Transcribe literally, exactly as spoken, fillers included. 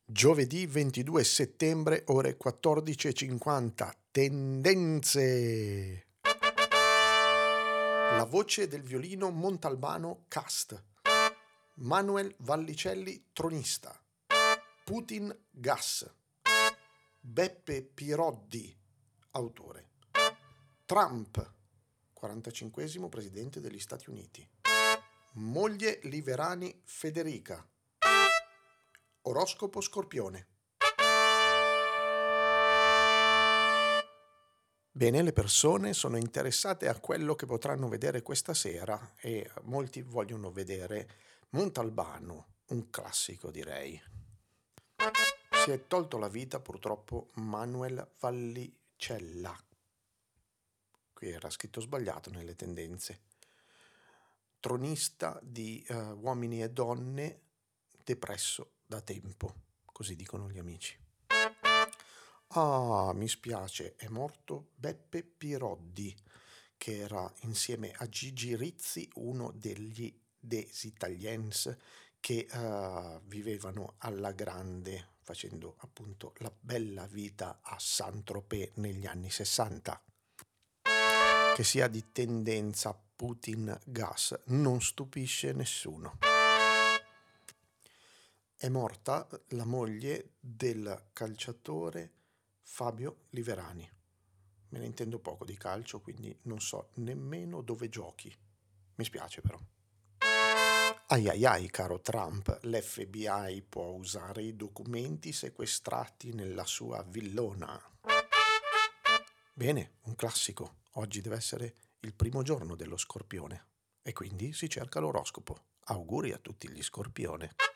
Giovedì ventidue settembre, ore quattordici e cinquanta. Tendenze. La voce del violino Montalbano cast. Manuel Vallicelli tronista. Putin gas. Beppe Piroddi autore. Trump quarantacinquesimo presidente degli Stati Uniti. Moglie Liverani Federica. Oroscopo Scorpione. Bene, le persone sono interessate a quello che potranno vedere questa sera e molti vogliono vedere Montalbano, un classico direi. Si è tolto la vita purtroppo Manuel Vallicella. Qui era scritto sbagliato nelle tendenze. Tronista di uh, uomini e donne, depresso da tempo, così dicono gli amici. Ah, mi spiace, è morto Beppe Piroddi, che era insieme a Gigi Rizzi uno degli Des Italiens che uh, vivevano alla grande, facendo appunto la bella vita a Saint-Tropez negli anni sessanta. Che sia di tendenza Putin gas non stupisce nessuno. È morta la moglie del calciatore Fabio Liverani. Me ne intendo poco di calcio, quindi non so nemmeno dove giochi. Mi spiace però. Ai ai ai, caro Trump, l'F B I può usare i documenti sequestrati nella sua villona. Bene, un classico. Oggi deve essere il primo giorno dello Scorpione e quindi si cerca l'oroscopo. Auguri a tutti gli Scorpione.